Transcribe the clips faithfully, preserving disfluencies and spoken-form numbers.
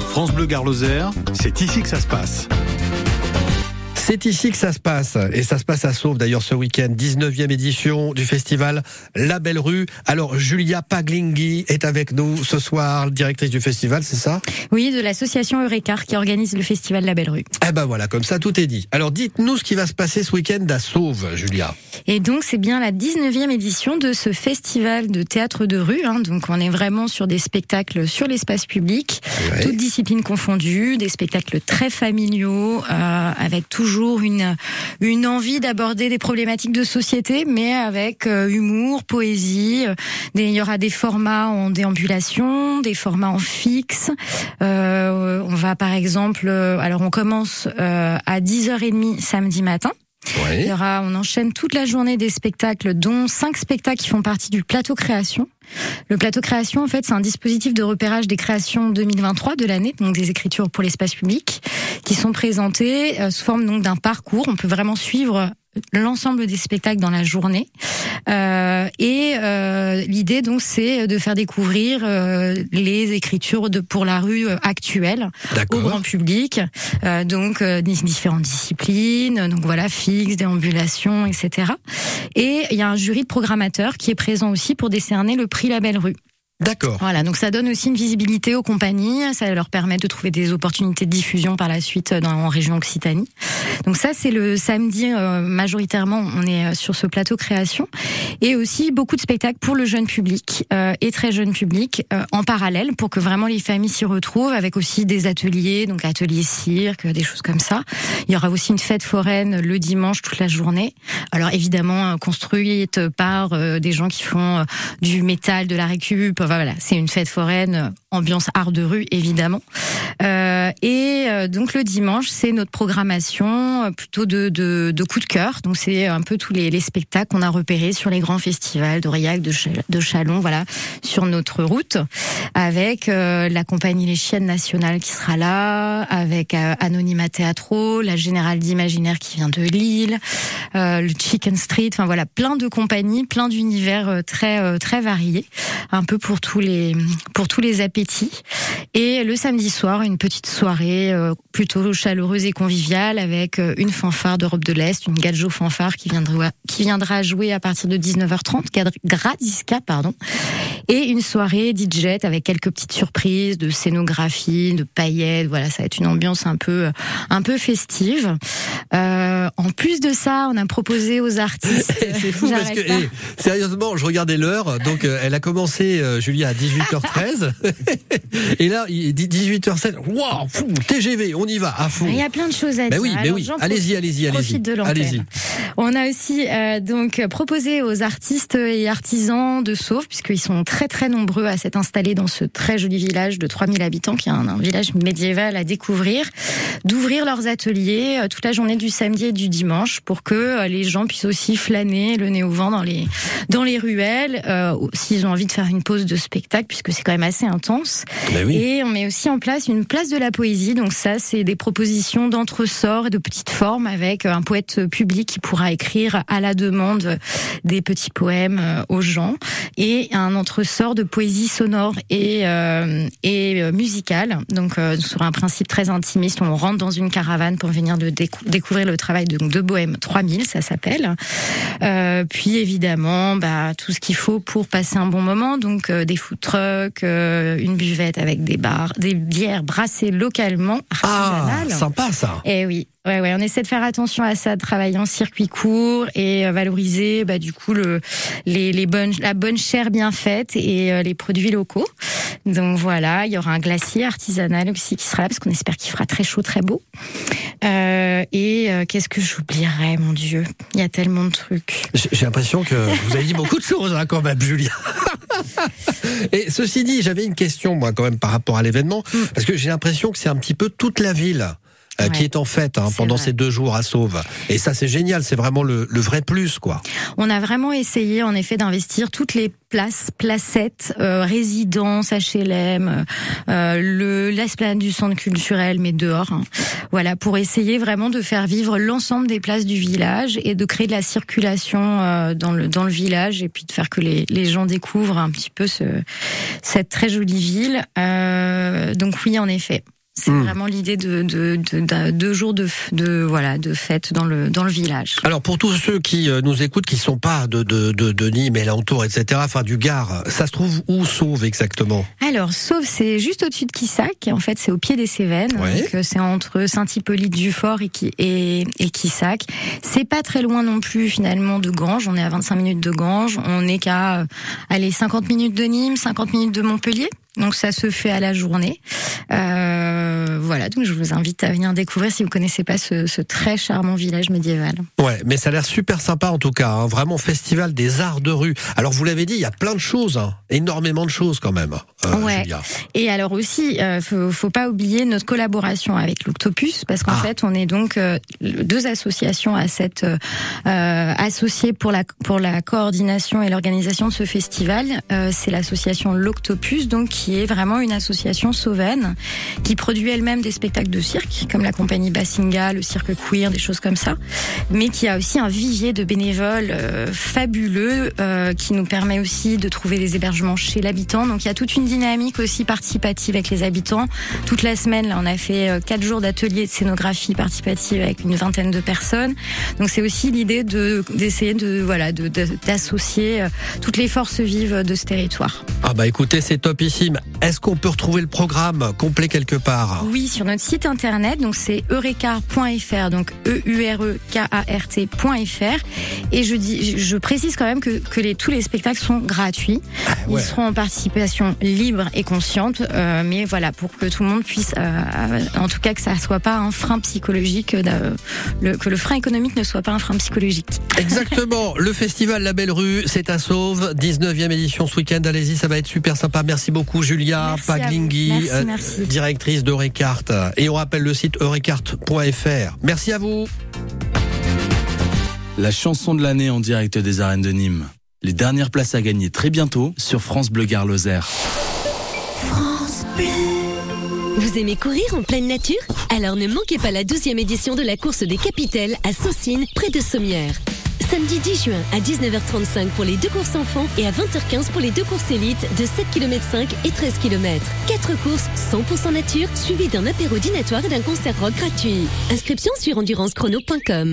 France Bleu Gare-Lozère, c'est ici que ça se passe. C'est ici que ça se passe, et ça se passe à Sauve d'ailleurs ce week-end, dix-neuvième édition du festival La Belle Rue. Alors Julia Paglinghi est avec nous ce soir, directrice du festival, c'est ça ? Oui, de l'association Eurecar qui organise le festival La Belle Rue. Eh ben voilà, comme ça tout est dit. Alors dites-nous ce qui va se passer ce week-end à Sauve, Julia. Et donc c'est bien la dix-neuvième édition de ce festival de théâtre de rue, hein. Donc on est vraiment sur des spectacles sur l'espace public, ouais. Toutes disciplines confondues, des spectacles très familiaux, euh, avec toujours une une envie d'aborder des problématiques de société, mais avec euh, humour, poésie. Des, il y aura des formats en déambulation, des formats en fixe. Euh, on va par exemple, euh, alors on commence euh, à dix heures trente samedi matin. Ouais. Il y aura, on enchaîne toute la journée des spectacles, dont cinq spectacles qui font partie du plateau création. Le plateau création, en fait, c'est un dispositif de repérage des créations deux mille vingt-trois de l'année, donc des écritures pour l'espace public, qui sont présentées euh, sous forme donc d'un parcours. On peut vraiment suivre l'ensemble des spectacles dans la journée. Euh, et euh, l'idée donc c'est de faire découvrir euh, les écritures de pour la rue actuelle au grand public. Euh, donc euh, différentes disciplines, donc voilà, fixe, déambulation, et cetera. Et il y a un jury de programmateurs qui est présent aussi pour décerner le prix La Belle Rue. D'accord. Voilà, donc ça donne aussi une visibilité aux compagnies, ça leur permet de trouver des opportunités de diffusion par la suite dans, en région Occitanie. Donc ça, c'est le samedi, euh, majoritairement, on est sur ce plateau création. Et aussi beaucoup de spectacles pour le jeune public euh, et très jeune public euh, en parallèle, pour que vraiment les familles s'y retrouvent, avec aussi des ateliers, donc ateliers cirque, des choses comme ça. Il y aura aussi une fête foraine le dimanche toute la journée. Alors évidemment, construite par euh, des gens qui font euh, du métal, de la récup. Voilà, c'est une fête foraine, ambiance art de rue évidemment. Euh, et euh, donc le dimanche, c'est notre programmation euh, plutôt de, de, de coup de cœur. Donc c'est un peu tous les, les spectacles qu'on a repérés sur les grands festivals d'Aurillac, de, Ch- de Châlons, voilà, sur notre route, avec euh, la compagnie Les Chiennes Nationales qui sera là, avec euh, Anonymat Théâtro, la Générale d'Imaginaire qui vient de Lille, euh, le Chicken Street, enfin voilà, plein de compagnies, plein d'univers euh, très euh, très variés, un peu pour tous les pour tous les appétits. Et le samedi soir, une petite soirée euh, plutôt chaleureuse et conviviale, avec euh, une fanfare d'Europe de l'Est, une Gadjo fanfare qui viendra qui viendra jouer à partir de dix-neuf heures trente, Gradiska pardon, et une soirée D J avec quelques petites surprises de scénographie, de paillettes. Voilà, ça va être une ambiance un peu un peu festive. Euh, en plus de ça, on a proposé aux artistes. C'est fou parce que hey, sérieusement, je regardais l'heure, donc euh, elle a commencé euh, Julia à dix-huit heures treize et là il dit dix-huit heures sept. Waouh, T G V, on y va à fond. Il y a plein de choses à ben dire. Oui, ben oui. Allez-y, allez-y, allez-y. Profite de l'antenne. Allez-y. On a aussi euh, donc proposé aux artistes et artisans de Sauve, puisqu'ils sont très très nombreux à s'être installés dans ce très joli village de trois mille habitants, qui est un, un village médiéval à découvrir, d'ouvrir leurs ateliers euh, toute la journée du samedi et du dimanche, pour que euh, les gens puissent aussi flâner le nez au vent dans les dans les ruelles, euh, s'ils ont envie de faire une pause de spectacle, puisque c'est quand même assez intense. Ben oui. Et on met aussi en place une place de la poésie. Donc ça, c'est des propositions d'entresort et de petites formes, avec un poète public qui pourra écrire à la demande des petits poèmes aux gens, et un entresort de poésie sonore et euh, et musicale. Donc euh, sur un principe très intimiste, on rentre dans une caravane pour venir de décou- découvrir le travail de, de Bohème trois mille, ça s'appelle. Euh, puis évidemment, bah tout ce qu'il faut pour passer un bon moment. Donc euh, des food trucks, euh, une buvette avec des bars, des bières brassées localement. Ah, sympa ça. Et oui. Ouais, ouais, on essaie de faire attention à ça, de travailler en circuit court et valoriser, bah, du coup, le, les, les bonnes, la bonne chair bien faite et euh, les produits locaux. Donc voilà, il y aura un glacier artisanal aussi qui sera là, parce qu'on espère qu'il fera très chaud, très beau. Euh, et euh, qu'est-ce que j'oublierais, mon Dieu, il y a tellement de trucs. J'ai, j'ai l'impression que vous avez dit beaucoup de choses, hein, quand même, Julia. Et ceci dit, j'avais une question, moi, quand même, par rapport à l'événement, mm. parce que j'ai l'impression que c'est un petit peu toute la ville euh, ouais, qui est en fête hein, pendant vrai. ces deux jours à Sauve. Et ça, c'est génial, c'est vraiment le, le vrai plus, quoi. On a vraiment essayé, en effet, d'investir toutes les places, placettes, euh, résidences, H L M, euh, le, l'esplanade du centre culturel, mais dehors. Hein. Voilà, pour essayer vraiment de faire vivre l'ensemble des places du village et de créer de la circulation euh, dans le dans le village, et puis de faire que les les gens découvrent un petit peu ce cette très jolie ville. Euh, donc oui, en effet. C'est Mmh. vraiment l'idée de, de, de, de deux jours de, de, voilà, de fête dans le, dans le village. Alors pour tous ceux qui nous écoutent, qui sont pas de, de, de, de Nîmes et l'entour, et cetera, enfin du Gard, ça se trouve où Sauve exactement? Alors, Sauve, c'est juste au-dessus de Quissac. En fait, c'est au pied des Cévennes. Ouais. Donc, c'est entre Saint-Hippolyte-du-Fort et, qui, et, et Quissac. C'est pas très loin non plus, finalement, de Granges. On est à vingt-cinq minutes de Granges. On est qu'à, allez, cinquante minutes de Nîmes, cinquante minutes de Montpellier. Donc, ça se fait à la journée. Euh, voilà. Donc, je vous invite à venir découvrir si vous connaissez pas ce, ce très charmant village médiéval. Ouais, mais ça a l'air super sympa en tout cas, hein. Vraiment festival des arts de rue. Alors vous l'avez dit, il y a plein de choses, hein. Énormément de choses quand même. Euh, Ouais. Julia. Et alors aussi, euh, faut, faut pas oublier notre collaboration avec l'Octopus, parce qu'en Ah. fait, on est donc euh, deux associations à cette euh, associées pour la pour la coordination et l'organisation de ce festival. Euh, c'est l'association l'Octopus, donc qui est vraiment une association sauvaine qui produit elle-même des spectacles de cirque, comme la compagnie Bassinga, le cirque queer, des choses comme ça, mais qui a aussi un vivier de bénévoles euh, fabuleux euh, qui nous permet aussi de trouver des hébergements chez l'habitant. Donc il y a toute une dynamique aussi participative avec les habitants. Toute la semaine, là, on a fait euh, quatre jours d'ateliers de scénographie participative avec une vingtaine de personnes. Donc c'est aussi l'idée de d'essayer de voilà de, de d'associer euh, toutes les forces vives de ce territoire. Ah bah écoutez, c'est topissime. Est-ce qu'on peut retrouver le programme complet quelque part? Oui, sur notre site internet, donc c'est eureka point f r, donc E U R E K A R T point f r. Et je dis, je précise quand même que, que les, tous les spectacles sont gratuits. Ah ouais. Ils seront en participation libre et consciente, euh, mais voilà, pour que tout le monde puisse, euh, en tout cas que ça soit pas un frein psychologique, euh, le, que le frein économique ne soit pas un frein psychologique. Exactement. Le festival La Belle Rue, c'est à Sauve, dix-neuvième édition ce week-end. Allez-y, ça va être super sympa. Merci beaucoup Julia Merci à vous. Paglinghi, Merci, euh, merci. directrice d'Eurecart. Et on rappelle le site eurecart point f r. Merci à vous. La chanson de l'année en direct des arènes de Nîmes. Les dernières places à gagner très bientôt sur France Bleu Gard Lozère. France Bleu. Vous aimez courir en pleine nature? Alors ne manquez pas la douzième édition de la course des Capitelles à Saucines, près de Sommières. Samedi dix juin à dix-neuf heures trente-cinq pour les deux courses enfants et à vingt heures quinze pour les deux courses élites de sept virgule cinq kilomètres et treize kilomètres. Quatre courses cent pour cent nature suivies d'un apéro dînatoire et d'un concert rock gratuit. Inscription sur endurance chrono point com.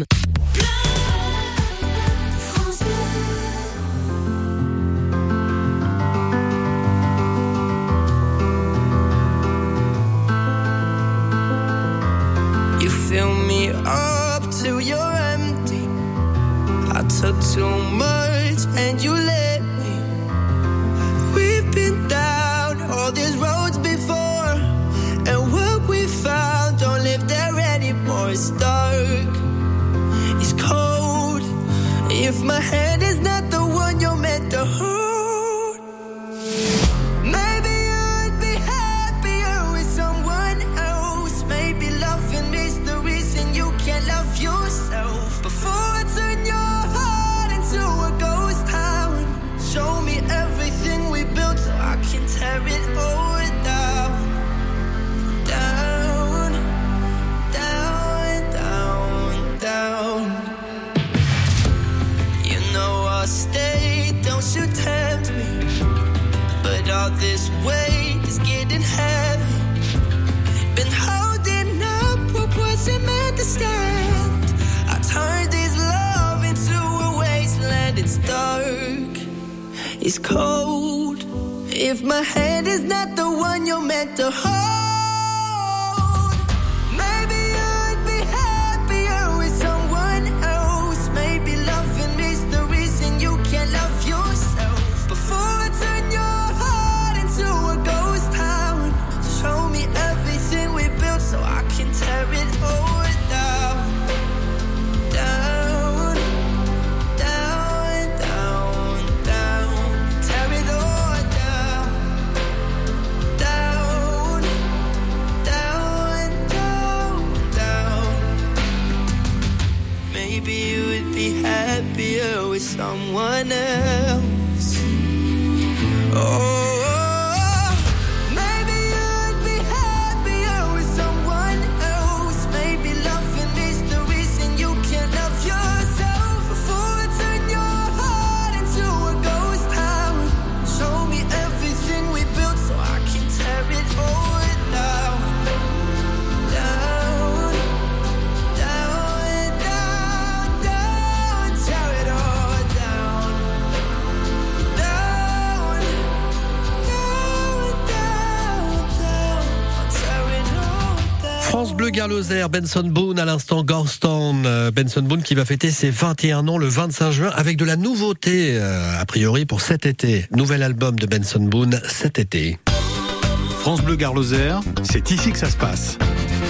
You fill me up till you're empty. I took too much and you let me. We've been down all these roads before, and what we found don't live there anymore. It's dark, it's cold. If my hand is not the one you're meant to hold, maybe I'd be happier with someone else. Maybe loving is the reason you can't love yourself. Before I turn your heart into a ghost town, show me everything we built so I can tear it all down. Down, down, down, down. You know I'll stay, don't you tempt me. But all this weight is getting heavy. Been holding up what wasn't meant to stand. I turned this love into a wasteland. It's dark, it's cold. If my hand is not the one you're meant to hold, maybe I'd be happier with someone else. Maybe loving is the reason you can't love yourself. Before I turn your heart into a ghost town, show me everything we built so I can tear it all down. Down, down, down, down. Tear it all down. Down, down, down, down. Maybe you would be happier with someone else. Oh, maybe I'd be happier with someone else. Maybe loving is the reason you can't love yourself. Before I turn your heart into a ghost town, show me everything we built so I can tear it all down. France Bleu Gare Lozère, Benson Boone à l'instant, Ghost Town. Euh, Benson Boone qui va fêter ses vingt et un ans le vingt-cinq juin avec de la nouveauté, euh, a priori pour cet été. Nouvel album de Benson Boone cet été. France Bleu Gare Lozère, c'est ici que ça se passe.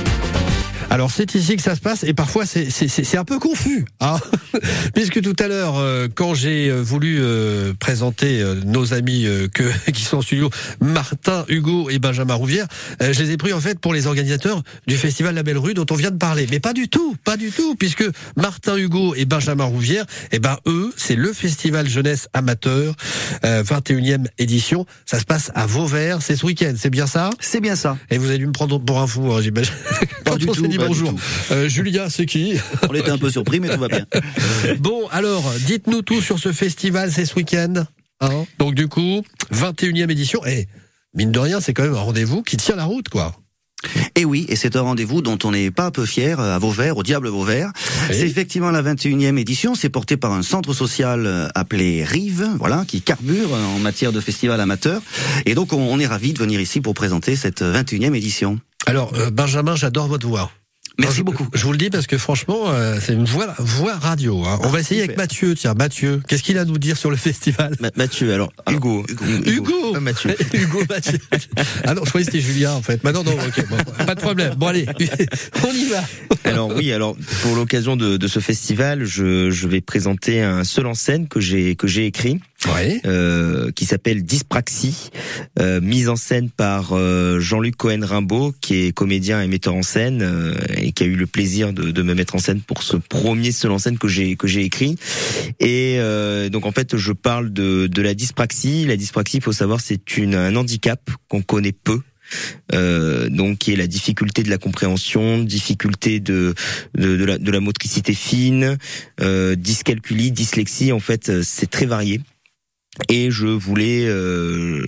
Alors c'est ici que ça se passe et parfois c'est c'est c'est un peu confus, hein puisque tout à l'heure euh, quand j'ai voulu euh, présenter euh, nos amis euh, que qui sont en studio, Martin, Hugo et Benjamin Rouvière, euh, je les ai pris en fait pour les organisateurs du festival La Belle Rue dont on vient de parler, mais pas du tout, pas du tout, puisque Martin, Hugo et Benjamin Rouvière, eh ben eux c'est le festival jeunesse amateur, euh, vingt et unième édition, ça se passe à Vauvert, c'est ce week-end, c'est bien ça? C'est bien ça. Et vous avez dû me prendre pour un fou, hein, j'imagine. Pas du tout. Bonjour. Euh, Julia, c'est qui? On était un peu surpris, mais tout va bien. Bon, alors, dites-nous tout sur ce festival, c'est ce week-end. Hein, donc du coup, vingt et unième édition. Et mine de rien, c'est quand même un rendez-vous qui tient la route, quoi. Et oui, et c'est un rendez-vous dont on n'est pas un peu fier à Vauvert, au Diable Vauvert. Oui. C'est effectivement la vingt et unième édition, c'est porté par un centre social appelé Rive, voilà, qui carbure en matière de festival amateur. Et donc on, on est ravis de venir ici pour présenter cette vingt et unième édition. Alors, euh, Benjamin, j'adore votre voix. Merci je, beaucoup. Je vous le dis parce que franchement, euh, c'est une voix, voix radio. Hein. On va essayer Super. avec Mathieu. Tiens, Mathieu, qu'est-ce qu'il a à nous dire sur le festival? Ma- Mathieu, alors, alors Hugo. Hugo. Hugo. Hugo. Mathieu. Hugo, Mathieu. Ah non, je croyais que c'était Julien en fait. Bah non, non, ok, bon, pas de problème. Bon allez, on y va. Alors oui, alors pour l'occasion de, de ce festival, je, je vais présenter un seul en scène que j'ai que j'ai écrit. Ouais. Euh, qui s'appelle Dyspraxie, euh, mise en scène par euh, Jean-Luc Cohen-Rimbaud, qui est comédien et metteur en scène euh, et qui a eu le plaisir de, de me mettre en scène pour ce premier seul en scène que j'ai que j'ai écrit. Et euh, donc en fait, je parle de de la dyspraxie. La dyspraxie, il faut savoir, c'est une un handicap qu'on connaît peu. Euh, donc qui est la difficulté de la compréhension, difficulté de de, de, la, de la motricité fine, euh, dyscalculie, dyslexie. En fait, c'est très varié. Et je voulais euh,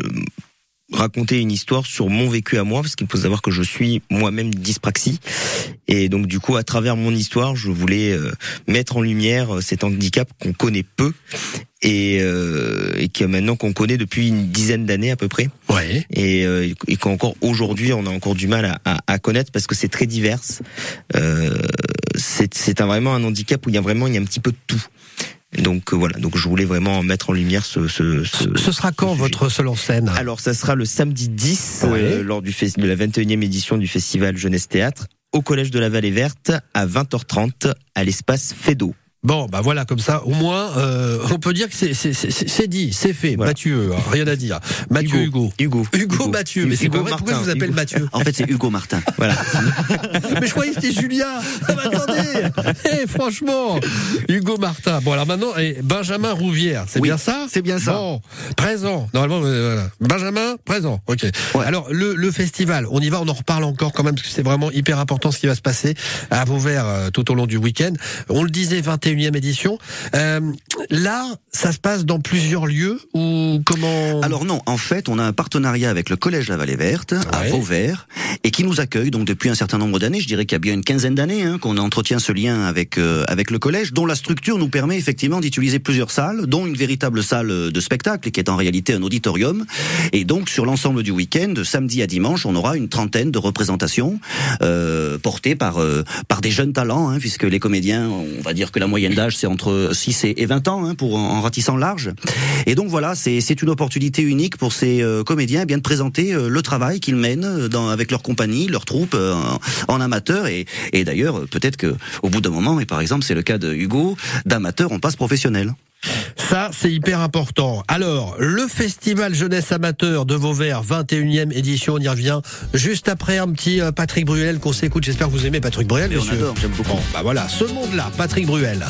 raconter une histoire sur mon vécu à moi, parce qu'il faut savoir que je suis moi-même dyspraxie. Et donc du coup, à travers mon histoire, je voulais euh, mettre en lumière cet handicap qu'on connaît peu et, euh, et que maintenant qu'on connaît depuis une dizaine d'années à peu près. Ouais. Et, euh, et qu'encore aujourd'hui, on a encore du mal à, à, à connaître parce que c'est très divers. Euh, c'est, c'est un, vraiment un handicap où il y a vraiment il y a un petit peu de tout. Donc euh, voilà, donc je voulais vraiment mettre en lumière ce ce ce, ce sera quand ce votre seul en scène? Alors ça sera le samedi dix ouais. euh, lors du fest- de la vingt et unième édition du festival Jeunesse Théâtre au collège de la Vallée Verte à vingt heures trente à l'espace Fédo. Bon, bah voilà, comme ça, au moins, euh, on peut dire que c'est, c'est, c'est, c'est dit, c'est fait. Voilà. Mathieu, hein, rien à dire. Mathieu, Hugo. Hugo. Hugo, Hugo. Mathieu. Mais Hugo, c'est pas vrai, pourquoi je vous appelle Hugo. Mathieu? En fait, c'est Hugo Martin. Voilà. Mais je croyais que c'était Julien. Ah, bah, attendez. Hey, franchement. Hugo Martin. Bon, alors maintenant, et Benjamin Rouvière. C'est oui, bien ça? C'est bien ça. Bon. Présent. Normalement, euh, voilà. Benjamin, présent. Ok. Ouais. Alors, le, le festival, on y va, on en reparle encore quand même, parce que c'est vraiment hyper important ce qui va se passer à Vauvert euh, tout au long du week-end. On le disait, vingt et unième édition. Euh, là, ça se passe dans plusieurs lieux ou comment? Alors non, en fait, on a un partenariat avec le Collège La Vallée Verte à ouais. Vauvert et qui nous accueille donc depuis un certain nombre d'années. Je dirais qu'il y a bien une quinzaine d'années hein, qu'on entretient ce lien avec euh, avec le collège, dont la structure nous permet effectivement d'utiliser plusieurs salles, dont une véritable salle de spectacle qui est en réalité un auditorium. Et donc sur l'ensemble du week-end, de samedi à dimanche, on aura une trentaine de représentations euh, portées par euh, par des jeunes talents, hein, puisque les comédiens, on va dire que la moyenne d'âge c'est entre six et vingt ans hein, pour en, en ratissant large. Et donc voilà, c'est c'est une opportunité unique pour ces euh, comédiens eh bien de présenter euh, le travail qu'ils mènent dans avec leur compagnie, leur troupe euh, en, en amateur et et d'ailleurs peut-être que au bout d'un moment, et par exemple c'est le cas de Hugo, d'amateur on passe professionnel. Ça, c'est hyper important. Alors, le Festival Jeunesse Amateur de Vauvert, vingt et unième édition, on y revient juste après un petit euh, Patrick Bruel qu'on s'écoute. J'espère que vous aimez Patrick Bruel, monsieur. On adore, j'aime beaucoup. Bon, bah voilà, ce monde-là, Patrick Bruel.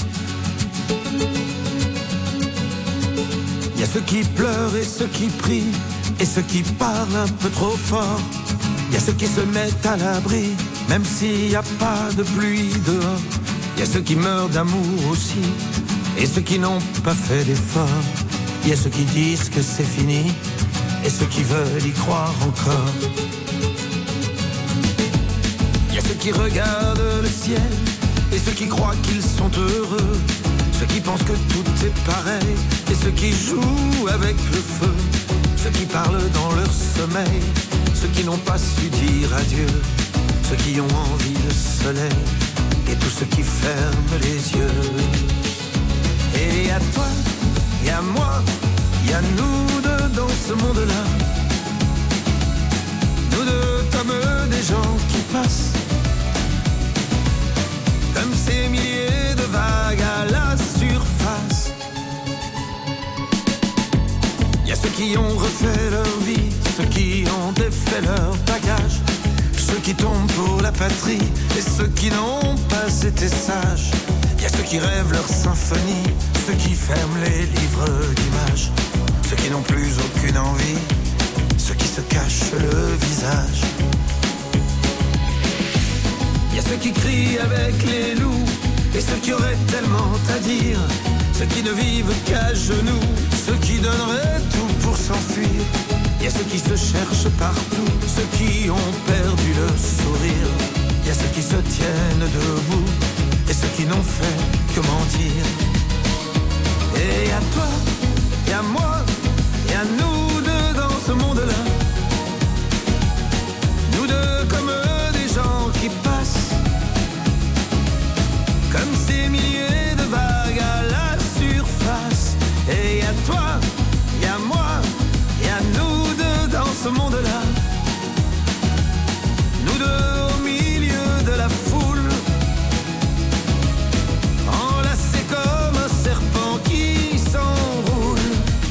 Il y a ceux qui pleurent et ceux qui prient, et ceux qui parlent un peu trop fort. Il y a ceux qui se mettent à l'abri, même s'il n'y a pas de pluie dehors. Il y a ceux qui meurent d'amour aussi, et ceux qui n'ont pas fait d'effort. Il y a ceux qui disent que c'est fini, et ceux qui veulent y croire encore. Il y a ceux qui regardent le ciel, et ceux qui croient qu'ils sont heureux. Ceux qui pensent que tout est pareil, et ceux qui jouent avec le feu. Ceux qui parlent dans leur sommeil, ceux qui n'ont pas su dire adieu. ceux qui ont envie de soleil et tous ceux qui ferment les yeux. Et y a toi, y a moi, y a nous deux dans ce monde-là. Nous deux comme des gens qui passent, comme ces milliers de vagues à la surface. Y a ceux qui ont refait leur vie, ceux qui ont défait leur bagage, ceux qui tombent pour la patrie et ceux qui n'ont pas été sages. Y a ceux qui rêvent leur symphonie, ceux qui ferment les livres d'images, ceux qui n'ont plus aucune envie, ceux qui se cachent le visage. Y a ceux qui crient avec les loups et ceux qui auraient tellement à dire, ceux qui ne vivent qu'à genoux, ceux qui donneraient tout pour s'enfuir. Y a ceux qui se cherchent partout, ceux qui ont perdu le sourire. Y a ceux qui se tiennent debout et ceux qui n'ont fait que mentir. Et y a toi, y a moi, y a nous deux dans ce monde-là. Nous deux comme des gens qui passent, comme ces milliers de vagues à la surface. Et y a toi, y a moi, y a nous deux dans ce monde-là. Nous deux au milieu de la foule, enlacés comme un serpent qui s'enroule.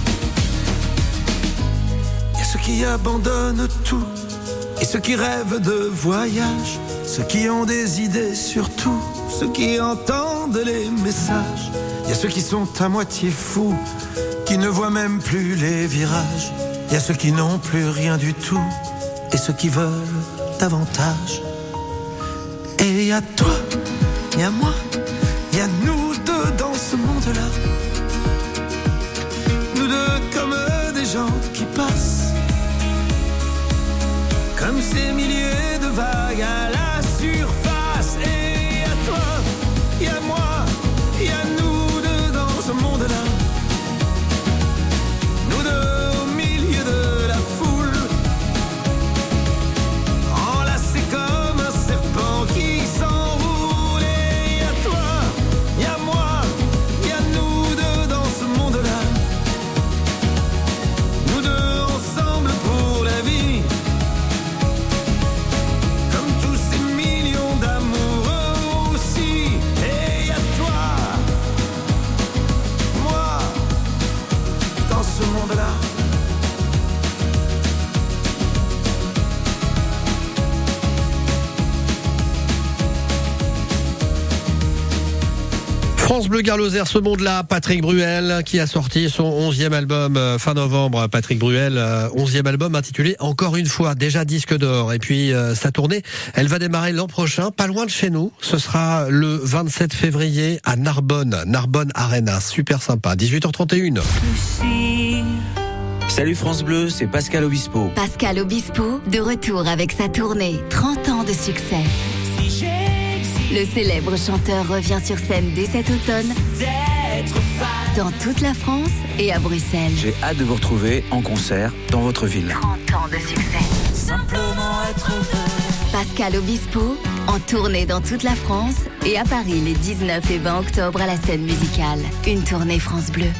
Y a ceux qui abandonnent tout et ceux qui rêvent de voyage, ceux qui ont des idées sur tout, ceux qui entendent les messages. Y a ceux qui sont à moitié fous, qui ne voient même plus les virages. Y a ceux qui n'ont plus rien du tout et ceux qui veulent davantage. Et y a toi, y a moi, y a nous deux dans ce monde-là. Nous deux comme des gens qui passent, comme ces milliers de vagues à la surface. Et y a toi, y a moi, y a nous deux dans ce monde-là. Nous deux au milieu de la foule, enlacés comme un serpent qui s'enroule. Et y a toi, y a moi, y a nous deux dans ce monde-là. Nous deux ensemble pour la vie, comme tous ces millions d'amoureux aussi. Et y a toi, moi, dans ce monde-là. France Bleu Gare-Lozère, ce monde-là, Patrick Bruel, qui a sorti son onzième album euh, fin novembre. Patrick Bruel, euh, onzième album intitulé Encore une fois, déjà disque d'or. Et puis euh, sa tournée, elle va démarrer l'an prochain, pas loin de chez nous. Ce sera le vingt-sept février à Narbonne, Narbonne Arena, super sympa, dix-huit heures trente et une. Salut France Bleu, c'est Pascal Obispo. Pascal Obispo, de retour avec sa tournée trente ans de succès. Le célèbre chanteur revient sur scène dès cet automne, dans toute la France et à Bruxelles. J'ai hâte de vous retrouver en concert dans votre ville. trente ans de succès. Simplement être heureux. Pascal Obispo, en tournée dans toute la France et à Paris les dix-neuf et vingt octobre à la scène musicale. Une tournée France Bleu.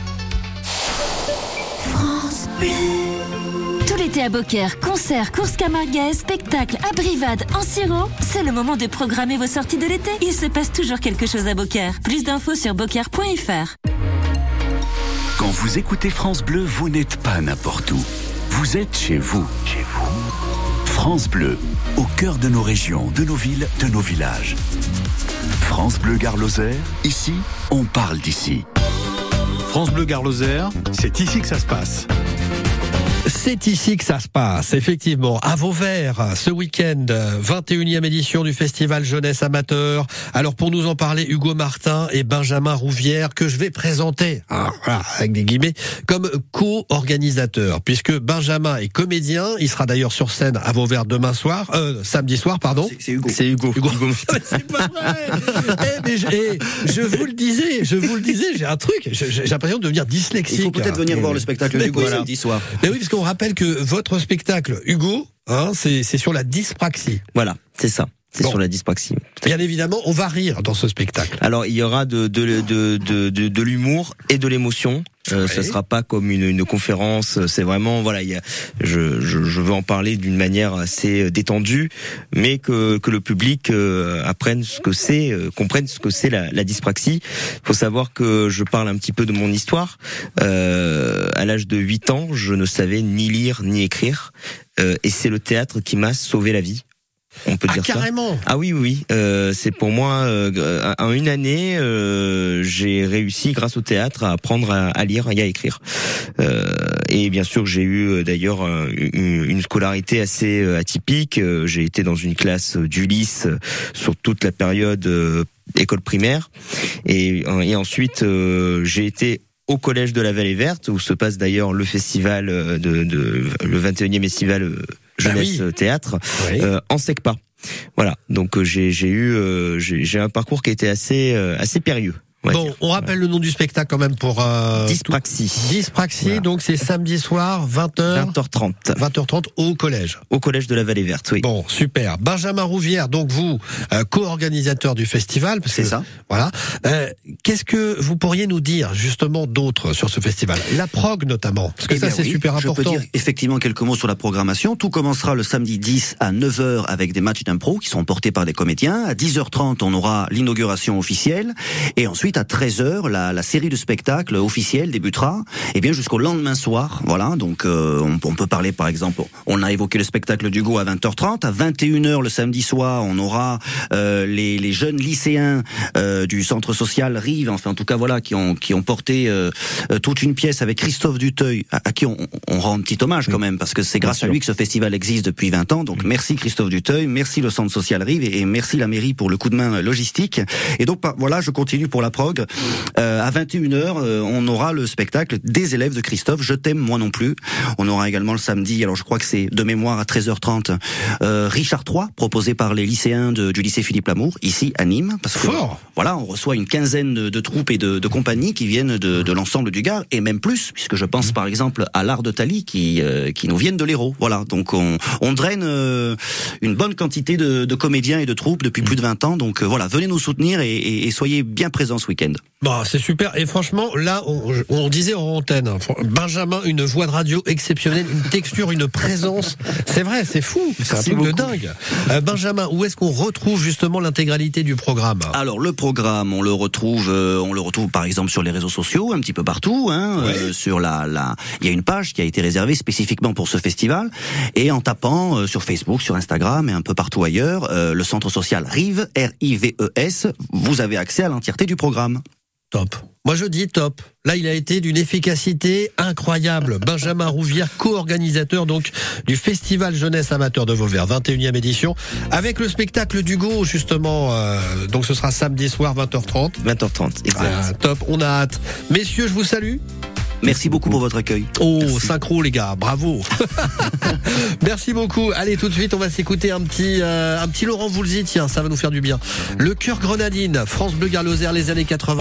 France Bleu. Tout l'été à Beaucaire, concerts, courses camarguaises, spectacles, abrivades, en sirop. C'est le moment de programmer vos sorties de l'été. Il se passe toujours quelque chose à Beaucaire. Plus d'infos sur beaucaire point f r. Quand vous écoutez France Bleu, vous n'êtes pas n'importe où. Vous êtes chez vous. Chez vous. France Bleu, au cœur de nos régions, de nos villes, de nos villages. France Bleu Gare-Lozère, ici, on parle d'ici. France Bleu Gare-Lozère, c'est ici que ça se passe. C'est ici que ça se passe, effectivement, à Vauvert, ce week-end, vingt et unième édition du Festival Jeunesse Amateur. Alors pour nous en parler, Hugo Martin et Benjamin Rouvière, que je vais présenter, hein, voilà, avec des guillemets, comme co-organisateurs, puisque Benjamin est comédien, il sera d'ailleurs sur scène à Vauvert demain soir, euh, samedi soir, pardon. C'est, c'est Hugo. C'est Hugo. Hugo. C'est pas vrai. eh, mais je, eh, je vous le disais, je vous le disais, j'ai un truc, j'ai, j'ai l'impression de devenir dyslexique. Il faut peut-être venir et, voir le spectacle d'Hugo voilà. samedi soir. Mais oui, parce qu'on rappelle que votre spectacle, Hugo, hein, c'est, c'est sur la dyspraxie. Voilà, c'est ça. C'est bon. Sur la dyspraxie. Bien évidemment, on va rire dans ce spectacle. Alors, il y aura de de de de, de, de l'humour et de l'émotion. Euh, ouais. Ce sera pas comme une, une conférence. C'est vraiment, voilà, il y a, je, je, je veux en parler d'une manière assez détendue, mais que que le public euh, apprenne ce que c'est, euh, comprenne ce que c'est la, la dyspraxie. Il faut savoir que je parle un petit peu de mon histoire. Euh, à l'âge de huit ans, je ne savais ni lire ni écrire, euh, et c'est le théâtre qui m'a sauvé la vie. On peut ah, dire carrément. ça. Ah oui, oui, oui. Euh, c'est pour moi. Euh, en une année, euh, j'ai réussi, grâce au théâtre, à apprendre à, à lire et à écrire. Euh, et bien sûr, j'ai eu d'ailleurs une, une scolarité assez atypique. J'ai été dans une classe d'Ulysse sur toute la période euh, école primaire, et, et ensuite euh, j'ai été au collège de la Vallée Verte, où se passe d'ailleurs le festival de, de le vingt et unième festival jeunesse ah oui. théâtre oui. Euh, en SECPA. Voilà, donc j'ai j'ai eu euh, j'ai, j'ai un parcours qui a été assez euh, assez périlleux. On bon, dire. on rappelle voilà. le nom du spectacle quand même pour euh, Dyspraxie. Dyspraxie, voilà. Donc c'est samedi soir, vingt heures vingt heures trente vingt heures trente au collège. Au collège de la Vallée Verte, oui. Bon, super. Benjamin Rouvière, donc vous, euh, co-organisateur du festival. Parce c'est que, ça. Voilà. Euh, qu'est-ce que vous pourriez nous dire justement d'autres sur ce festival? La prog notamment, parce que eh ça c'est oui, super important. Je peux dire effectivement quelques mots sur la programmation. Tout commencera le samedi dix à neuf heures avec des matchs d'impro qui sont portés par des comédiens. À dix heures trente, on aura l'inauguration officielle. Et ensuite, à treize heures, La, la série de spectacles officiels débutera, et bien jusqu'au lendemain soir. Voilà, donc euh, on, on peut parler par exemple, on a évoqué le spectacle d'Hugo à vingt heures trente, à vingt et une heures le samedi soir, on aura euh, les, les jeunes lycéens euh, du centre social Rive, enfin en tout cas voilà, qui ont qui ont porté euh, toute une pièce avec Christophe Duteuil, à, à qui on, on rend un petit hommage quand même, parce que c'est grâce à lui que ce festival existe depuis vingt ans. Donc merci Christophe Duteuil, merci le centre social Rive et, et merci la mairie pour le coup de main logistique. Et donc voilà, je continue pour la prog. Euh, à vingt et une heures, euh, on aura le spectacle des élèves de Christophe, Je t'aime moi non plus. On aura également le samedi, alors je crois que c'est de mémoire à treize heures trente, euh, Richard trois, proposé par les lycéens de, du lycée Philippe Lamour, ici à Nîmes. Parce que Fort. Voilà, on reçoit une quinzaine de, de troupes et de, de compagnies qui viennent de, de l'ensemble du Gard, et même plus, puisque je pense mmh. par exemple à l'Art de Thalie qui, euh, qui nous viennent de l'Hérault. Voilà, donc on, on draine euh, une bonne quantité de, de comédiens et de troupes depuis mmh. plus de vingt ans. Donc euh, voilà, venez nous soutenir et, et, et soyez bien présents ce week-end. Bon, c'est super. Et franchement, là, on, on disait en antenne, Benjamin, une voix de radio exceptionnelle, une texture, une présence. C'est vrai, c'est fou. C'est un truc beaucoup. de dingue. Euh, Benjamin, où est-ce qu'on retrouve justement l'intégralité du programme? Alors, le programme, on le retrouve, euh, on le retrouve par exemple sur les réseaux sociaux, un petit peu partout. Hein, ouais. euh, sur la, la, il y a une page qui a été réservée spécifiquement pour ce festival. Et en tapant euh, sur Facebook, sur Instagram et un peu partout ailleurs, euh, le centre social Rive, R I V E S, vous avez accès à l'entièreté du programme. Top. Moi je dis top. Là il a été d'une efficacité incroyable. Benjamin Rouvière, co-organisateur donc du Festival Jeunesse Amateur de Vauvert, vingt et unième édition, avec le spectacle d'Hugo justement. Euh, donc ce sera samedi soir vingt heures trente. vingt heures trente, exact. Ah, top, on a hâte. Messieurs, je vous salue. Merci beaucoup pour votre accueil. Oh, Merci. synchro les gars, bravo. Merci beaucoup. Allez, tout de suite, on va s'écouter un petit euh, un petit Laurent Voulzy, tiens, ça va nous faire du bien. Le Cœur Grenadine, France Bleu Gard Lozère, les années quatre-vingts.